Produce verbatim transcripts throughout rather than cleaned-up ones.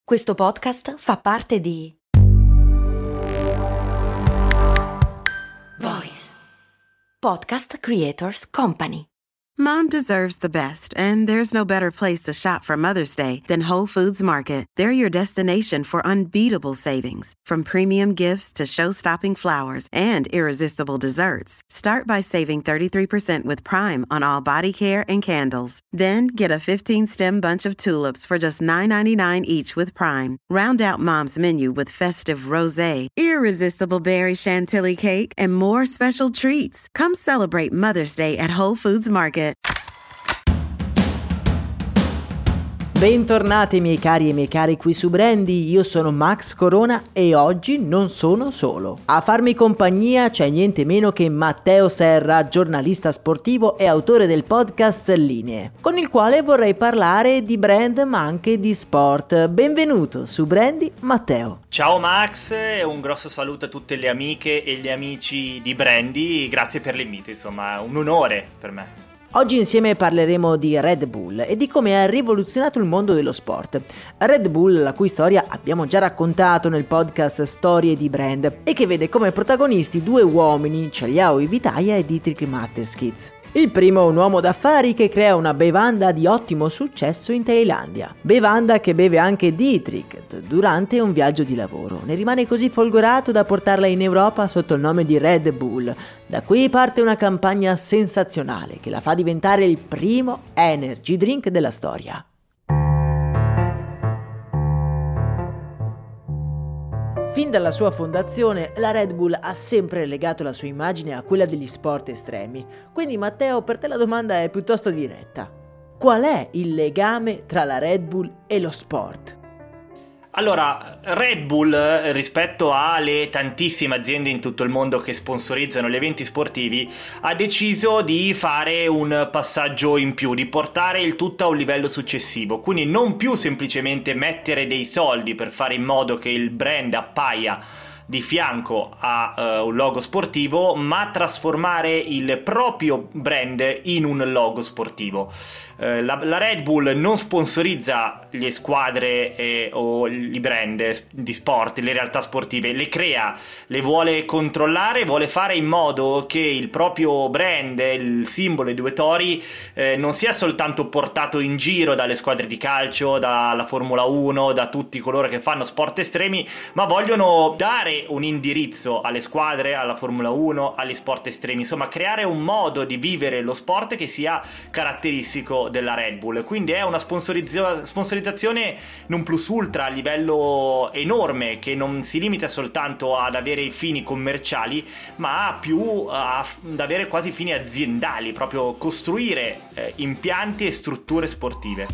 Questo podcast fa parte di Voice Podcast Creators Company. Mom deserves the best, and there's no better place to shop for Mother's Day than Whole Foods Market. They're your destination for unbeatable savings, from premium gifts to show-stopping flowers and irresistible desserts. Start by saving thirty-three percent with Prime on all body care and candles. Then get a fifteen-stem bunch of tulips for just nine ninety-nine each with Prime. Round out Mom's menu with festive rosé, irresistible berry chantilly cake, and more special treats. Come celebrate Mother's Day at Whole Foods Market. Bentornati miei cari e miei cari qui su Brandy, io sono Max Corona e oggi non sono solo. A farmi compagnia c'è niente meno che Matteo Serra, giornalista sportivo e autore del podcast Linee, con il quale vorrei parlare di brand ma anche di sport. Benvenuto su Brandy, Matteo. Ciao Max, un grosso saluto a tutte le amiche e gli amici di Brandy, grazie per l'invito, insomma è un onore per me. Oggi insieme parleremo di Red Bull e di come ha rivoluzionato il mondo dello sport. Red Bull, la cui storia abbiamo già raccontato nel podcast Storie di Brand e che vede come protagonisti due uomini, Chaliao Ibitaya e Dietrich Mateschitz. Il primo è un uomo d'affari che crea una bevanda di ottimo successo in Thailandia. Bevanda che beve anche Dietrich durante un viaggio di lavoro. Ne rimane così folgorato da portarla in Europa sotto il nome di Red Bull. Da qui parte una campagna sensazionale che la fa diventare il primo energy drink della storia. Fin dalla sua fondazione, la Red Bull ha sempre legato la sua immagine a quella degli sport estremi. Quindi Matteo, per te la domanda è piuttosto diretta. Qual è il legame tra la Red Bull e lo sport? Allora, Red Bull rispetto alle tantissime aziende in tutto il mondo che sponsorizzano gli eventi sportivi ha deciso di fare un passaggio in più, di portare il tutto a un livello successivo, quindi non più semplicemente mettere dei soldi per fare in modo che il brand appaia di fianco a uh, un logo sportivo, ma trasformare il proprio brand in un logo sportivo. Uh, la, la Red Bull non sponsorizza le squadre eh, o i brand di sport, le realtà sportive, le crea, le vuole controllare, vuole fare in modo che il proprio brand, il simbolo, i due tori, eh, non sia soltanto portato in giro dalle squadre di calcio, dalla Formula uno, da tutti coloro che fanno sport estremi, ma vogliono dare un indirizzo alle squadre, alla Formula uno, agli sport estremi, insomma creare un modo di vivere lo sport che sia caratteristico della Red Bull. Quindi è una sponsorizza- sponsorizzazione non plus ultra a livello enorme, che non si limita soltanto ad avere i fini commerciali, ma più a, ad avere quasi fini aziendali, proprio costruire eh, impianti e strutture sportive.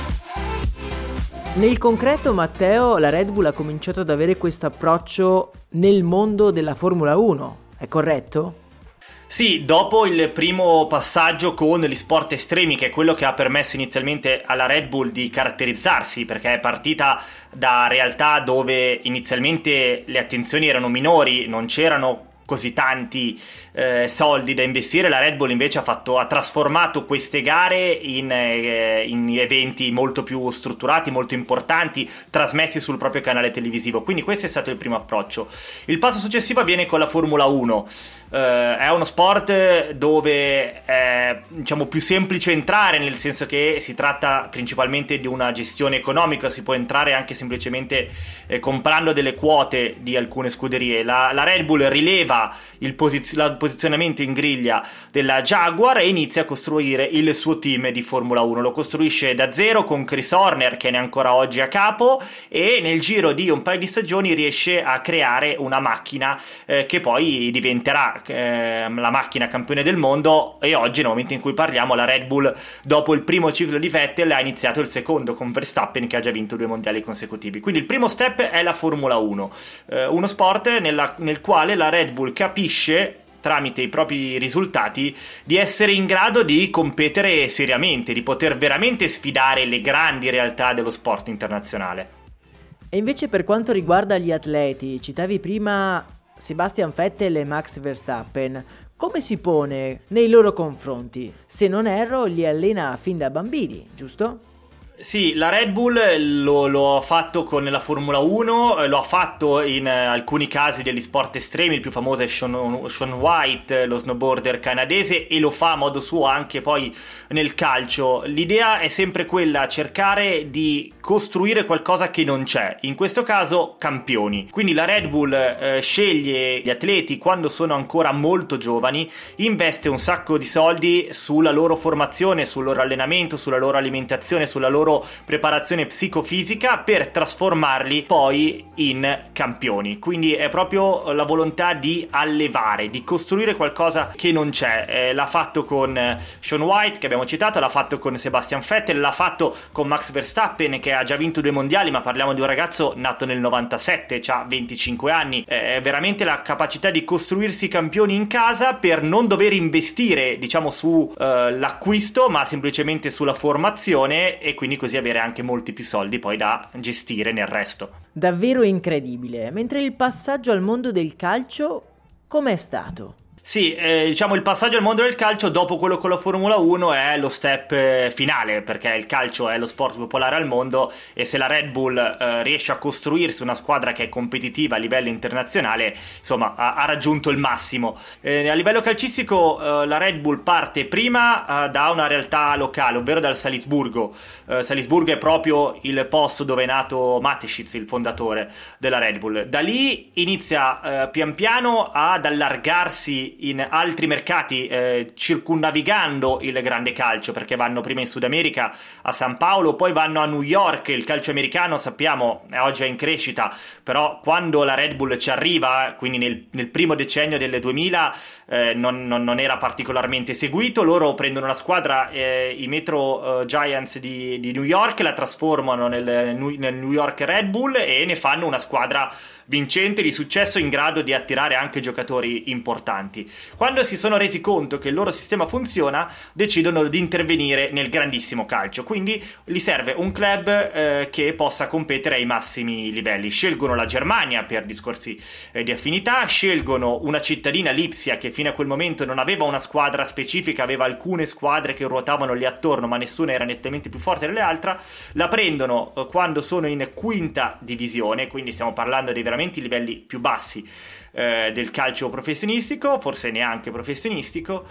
Nel concreto, Matteo, la Red Bull ha cominciato ad avere questo approccio nel mondo della Formula uno, è corretto? Sì, dopo il primo passaggio con gli sport estremi, che è quello che ha permesso inizialmente alla Red Bull di caratterizzarsi, perché è partita da realtà dove inizialmente le attenzioni erano minori, non c'erano così tanti eh, soldi da investire. La Red Bull invece ha fatto ha trasformato queste gare in, eh, in eventi molto più strutturati, molto importanti, trasmessi sul proprio canale televisivo. Quindi questo è stato il primo approccio. Il passo successivo avviene con la Formula uno. Uh, è uno sport dove è, diciamo, più semplice entrare, nel senso che si tratta principalmente di una gestione economica, si può entrare anche semplicemente eh, comprando delle quote di alcune scuderie. La, la Red Bull rileva il, posiz- il posizionamento in griglia della Jaguar e inizia a costruire il suo team di Formula uno. Lo costruisce da zero con Chris Horner, che ne è ancora oggi a capo, e nel giro di un paio di stagioni riesce a creare una macchina eh, che poi diventerà la macchina campione del mondo. E oggi, nel momento in cui parliamo, la Red Bull, dopo il primo ciclo di Vettel, ha iniziato il secondo con Verstappen, che ha già vinto due mondiali consecutivi. Quindi il primo step è la Formula uno, eh, uno sport nella, nel quale la Red Bull capisce, tramite i propri risultati, di essere in grado di competere seriamente, di poter veramente sfidare le grandi realtà dello sport internazionale. E invece per quanto riguarda gli atleti, citavi prima Sebastian Vettel e Max Verstappen, come si pone nei loro confronti? Se non erro, li allena fin da bambini, giusto? Sì, la Red Bull lo, lo ha fatto con la Formula uno, lo ha fatto in alcuni casi degli sport estremi, il più famoso è Sean, Sean White, lo snowboarder canadese, e lo fa a modo suo anche poi nel calcio. L'idea è sempre quella, cercare di costruire qualcosa che non c'è, in questo caso campioni. Quindi la Red Bull eh, sceglie gli atleti quando sono ancora molto giovani, investe un sacco di soldi sulla loro formazione, sul loro allenamento, sulla loro alimentazione, sulla loro preparazione psicofisica, per trasformarli poi in campioni. Quindi è proprio la volontà di allevare, di costruire qualcosa che non c'è. Eh, l'ha fatto con Sean White, che abbiamo citato, l'ha fatto con Sebastian Vettel, l'ha fatto con Max Verstappen, che ha già vinto due mondiali, ma parliamo di un ragazzo nato nel novantasette, ha venticinque anni. È veramente la capacità di costruirsi campioni in casa per non dover investire, diciamo, su eh, l'acquisto, ma semplicemente sulla formazione, e quindi così avere anche molti più soldi poi da gestire nel resto. Davvero incredibile. Mentre il passaggio al mondo del calcio com'è stato? Sì, eh, diciamo il passaggio al mondo del calcio dopo quello con la Formula uno è lo step eh, finale, perché il calcio è lo sport più popolare al mondo, e se la Red Bull eh, riesce a costruirsi una squadra che è competitiva a livello internazionale, insomma ha, ha raggiunto il massimo. Eh, a livello calcistico eh, la Red Bull parte prima eh, da una realtà locale, ovvero dal Salisburgo. Eh, Salisburgo è proprio il posto dove è nato Mateschitz, il fondatore della Red Bull. Da lì inizia eh, pian piano ad allargarsi in altri mercati, eh, circumnavigando il grande calcio, perché vanno prima in Sud America a San Paolo, poi vanno a New York. Il calcio americano, sappiamo, è oggi è in crescita, però quando la Red Bull ci arriva, quindi nel, nel primo decennio del duemila, eh, non, non, non era particolarmente seguito. Loro prendono una squadra, eh, i Metro uh, Giants di, di New York, la trasformano nel, nel New York Red Bull e ne fanno una squadra vincente, di successo, in grado di attirare anche giocatori importanti. Quando si sono resi conto che il loro sistema funziona, decidono di intervenire nel grandissimo calcio, quindi gli serve un club eh, che possa competere ai massimi livelli. Scelgono la Germania per discorsi eh, di affinità, scelgono una cittadina, Lipsia, che fino a quel momento non aveva una squadra specifica, aveva alcune squadre che ruotavano lì attorno, ma nessuna era nettamente più forte delle altre. La prendono eh, quando sono in quinta divisione, quindi stiamo parlando dei veramente i livelli più bassi eh, del calcio professionistico, forse neanche professionistico,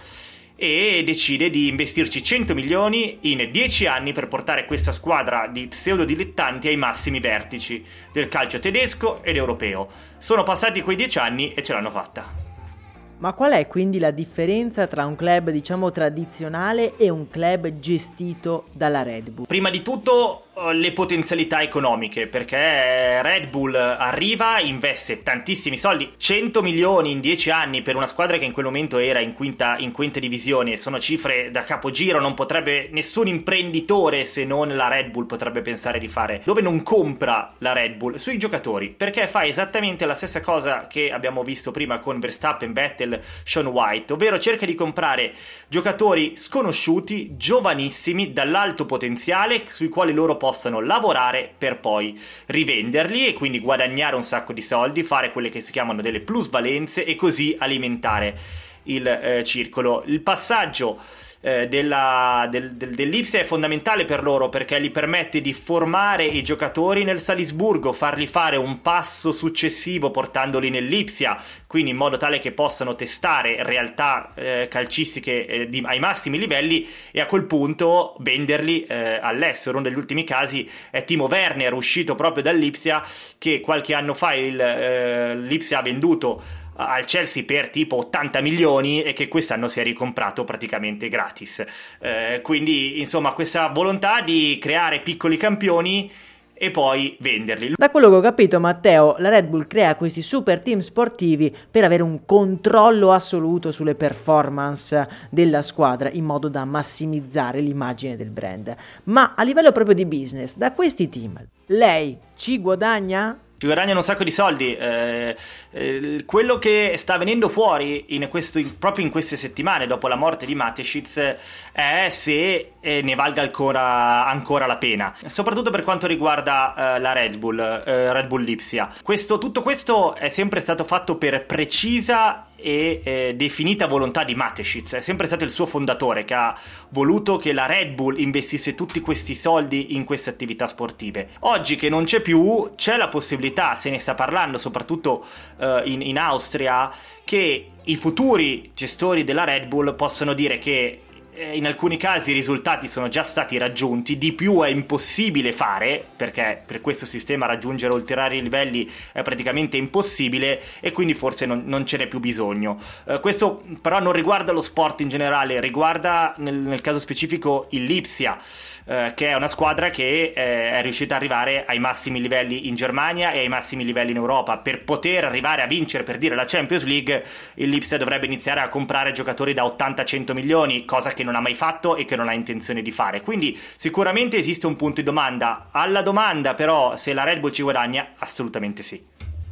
e decide di investirci cento milioni in dieci anni per portare questa squadra di pseudo dilettanti ai massimi vertici del calcio tedesco ed europeo. Sono passati quei dieci anni e ce l'hanno fatta. Ma qual è quindi la differenza tra un club, diciamo, tradizionale e un club gestito dalla Red Bull? Prima di tutto le potenzialità economiche, perché Red Bull arriva, investe tantissimi soldi, cento milioni in dieci anni per una squadra che in quel momento era in quinta, in quinta divisione. Sono cifre da capogiro, non potrebbe nessun imprenditore, se non la Red Bull, potrebbe pensare di fare. Dove non compra la Red Bull? Sui giocatori, perché fa esattamente la stessa cosa che abbiamo visto prima con Verstappen, Vettel, Sean White, ovvero cerca di comprare giocatori sconosciuti, giovanissimi, dall'alto potenziale, sui quali loro possano lavorare per poi rivenderli e quindi guadagnare un sacco di soldi, fare quelle che si chiamano delle plusvalenze e così alimentare il eh, circolo. Il passaggio eh, della, del, del, dell'Ipsia è fondamentale per loro, perché gli permette di formare i giocatori nel Salisburgo, fargli fare un passo successivo portandoli nell'Ipsia, quindi in modo tale che possano testare realtà eh, calcistiche eh, di, ai massimi livelli, e a quel punto venderli eh, all'estero. Uno degli ultimi casi è Timo Werner, uscito proprio dall'Ipsia, che qualche anno fa il, eh, l'Ipsia ha venduto al Chelsea per tipo ottanta milioni e che quest'anno si è ricomprato praticamente gratis. Eh, quindi insomma questa volontà di creare piccoli campioni e poi venderli. Da quello che ho capito, Matteo, la Red Bull crea questi super team sportivi per avere un controllo assoluto sulle performance della squadra, in modo da massimizzare l'immagine del brand. Ma a livello proprio di business, da questi team lei ci guadagna? Ci guadagnano un sacco di soldi. Eh, eh, quello che sta venendo fuori in questo, in, proprio in queste settimane dopo la morte di Mateschitz, è se e ne valga ancora, ancora la pena, soprattutto per quanto riguarda uh, la Red Bull, uh, Red Bull Lipsia. Questo, tutto questo è sempre stato fatto per precisa e eh, definita volontà di Mateschitz. È sempre stato il suo fondatore che ha voluto che la Red Bull investisse tutti questi soldi in queste attività sportive. Oggi che non c'è più, c'è la possibilità, se ne sta parlando soprattutto uh, in, in Austria, che i futuri gestori della Red Bull possono dire che in alcuni casi i risultati sono già stati raggiunti, di più è impossibile fare, perché per questo sistema raggiungere ulteriori livelli è praticamente impossibile, e quindi forse non, non ce n'è più bisogno. Eh, questo però non riguarda lo sport in generale, riguarda nel, nel caso specifico il Lipsia, eh, che è una squadra che eh, è riuscita ad arrivare ai massimi livelli in Germania e ai massimi livelli in Europa. Per poter arrivare a vincere, per dire, la Champions League, il Lipsia dovrebbe iniziare a comprare giocatori da ottanta cento milioni, cosa che non ha mai fatto e che non ha intenzione di fare. Quindi sicuramente esiste un punto di domanda. Alla domanda però se la Red Bull ci guadagna, assolutamente sì.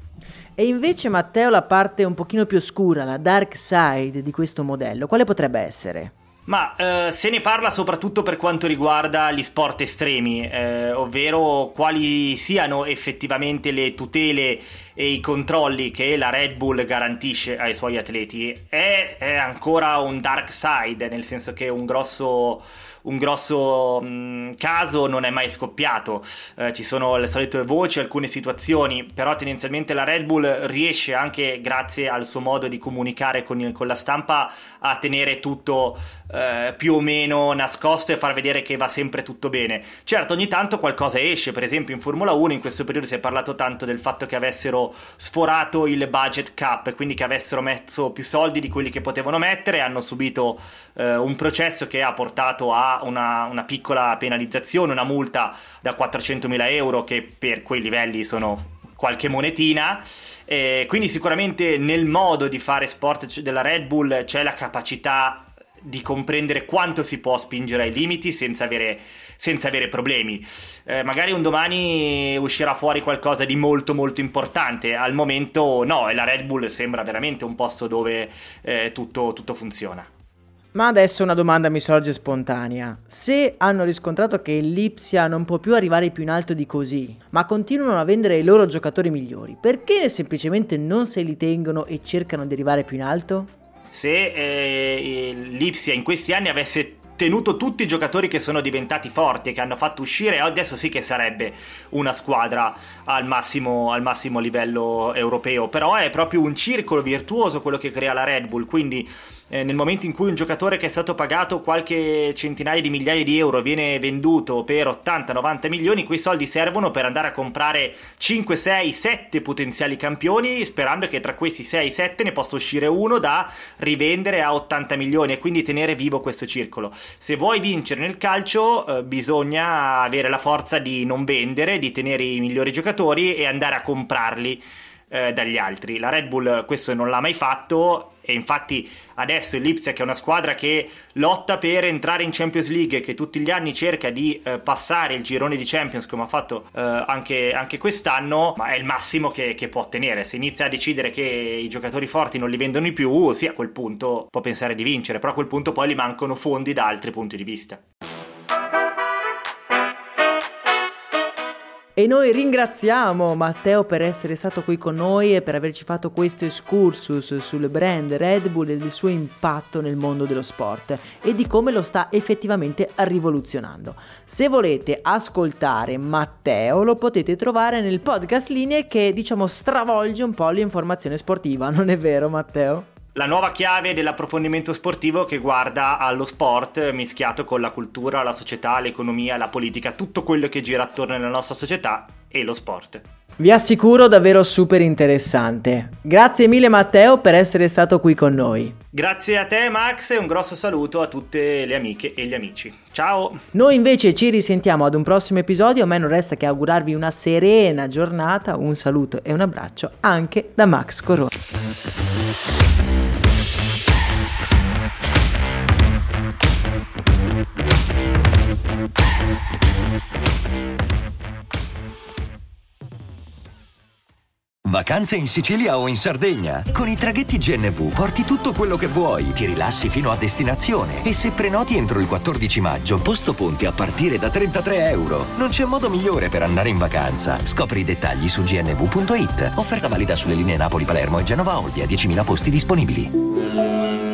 E invece, Matteo, la parte un pochino più oscura, la dark side di questo modello, quale potrebbe essere? Ma eh, se ne parla soprattutto per quanto riguarda gli sport estremi, eh, ovvero quali siano effettivamente le tutele e i controlli che la Red Bull garantisce ai suoi atleti. È, è ancora un dark side, nel senso che un grosso... un grosso mh, caso non è mai scoppiato. Eh, ci sono le solite voci, alcune situazioni, però tendenzialmente la Red Bull riesce, anche grazie al suo modo di comunicare con, il, con la stampa, a tenere tutto eh, più o meno nascosto e far vedere che va sempre tutto bene. Certo, ogni tanto qualcosa esce. Per esempio in Formula uno in questo periodo si è parlato tanto del fatto che avessero sforato il budget cap, quindi che avessero messo più soldi di quelli che potevano mettere, hanno subito eh, un processo che ha portato a Una, una piccola penalizzazione, una multa da quattrocentomila euro, che per quei livelli sono qualche monetina. E quindi sicuramente nel modo di fare sport della Red Bull c'è la capacità di comprendere quanto si può spingere ai limiti senza avere, senza avere problemi. Eh, magari un domani uscirà fuori qualcosa di molto molto importante, al momento no, e la Red Bull sembra veramente un posto dove eh, tutto, tutto funziona. Ma adesso una domanda mi sorge spontanea. Se hanno riscontrato che il Lipsia non può più arrivare più in alto di così, ma continuano a vendere i loro giocatori migliori, perché semplicemente non se li tengono e cercano di arrivare più in alto? Se eh, il Lipsia in questi anni avesse tenuto tutti i giocatori che sono diventati forti e che hanno fatto uscire, adesso sì che sarebbe una squadra al massimo, al massimo livello europeo. Però è proprio un circolo virtuoso quello che crea la Red Bull, quindi eh, nel momento in cui un giocatore che è stato pagato qualche centinaia di migliaia di euro viene venduto per ottanta novanta milioni, quei soldi servono per andare a comprare cinque sei sette potenziali campioni, sperando che tra questi sei sette ne possa uscire uno da rivendere a ottanta milioni, e quindi tenere vivo questo circolo. Se vuoi vincere nel calcio eh, bisogna avere la forza di non vendere, di tenere i migliori giocatori e andare a comprarli eh, dagli altri. La Red Bull questo non l'ha mai fatto, e infatti adesso il Lipsia, che è una squadra che lotta per entrare in Champions League, che tutti gli anni cerca di eh, passare il girone di Champions, come ha fatto eh, anche, anche quest'anno, ma è il massimo che, che può ottenere. Se inizia a decidere che i giocatori forti non li vendono di più, sì, a quel punto può pensare di vincere, però a quel punto poi gli mancano fondi da altri punti di vista. E noi ringraziamo Matteo per essere stato qui con noi e per averci fatto questo excursus sul brand Red Bull e del suo impatto nel mondo dello sport e di come lo sta effettivamente rivoluzionando. Se volete ascoltare Matteo lo potete trovare nel podcast Linee, che diciamo stravolge un po' l'informazione sportiva, non è vero Matteo? La nuova chiave dell'approfondimento sportivo che guarda allo sport mischiato con la cultura, la società, l'economia, la politica, tutto quello che gira attorno alla nostra società e lo sport. Vi assicuro davvero super interessante. Grazie mille Matteo per essere stato qui con noi. Grazie a te Max e un grosso saluto a tutte le amiche e gli amici. Ciao! Noi invece ci risentiamo ad un prossimo episodio, a me non resta che augurarvi una serena giornata, un saluto e un abbraccio anche da Max Corona. Vacanze vacanze in Sicilia o in Sardegna. Con i traghetti G N V porti tutto quello che vuoi, ti rilassi fino a destinazione e se prenoti entro il quattordici maggio, posto ponti a partire da trentatré euro. Non c'è modo migliore per andare in vacanza. Scopri i dettagli su g n v punto i t. Offerta valida sulle linee Napoli-Palermo e Genova-Olbia, diecimila posti disponibili.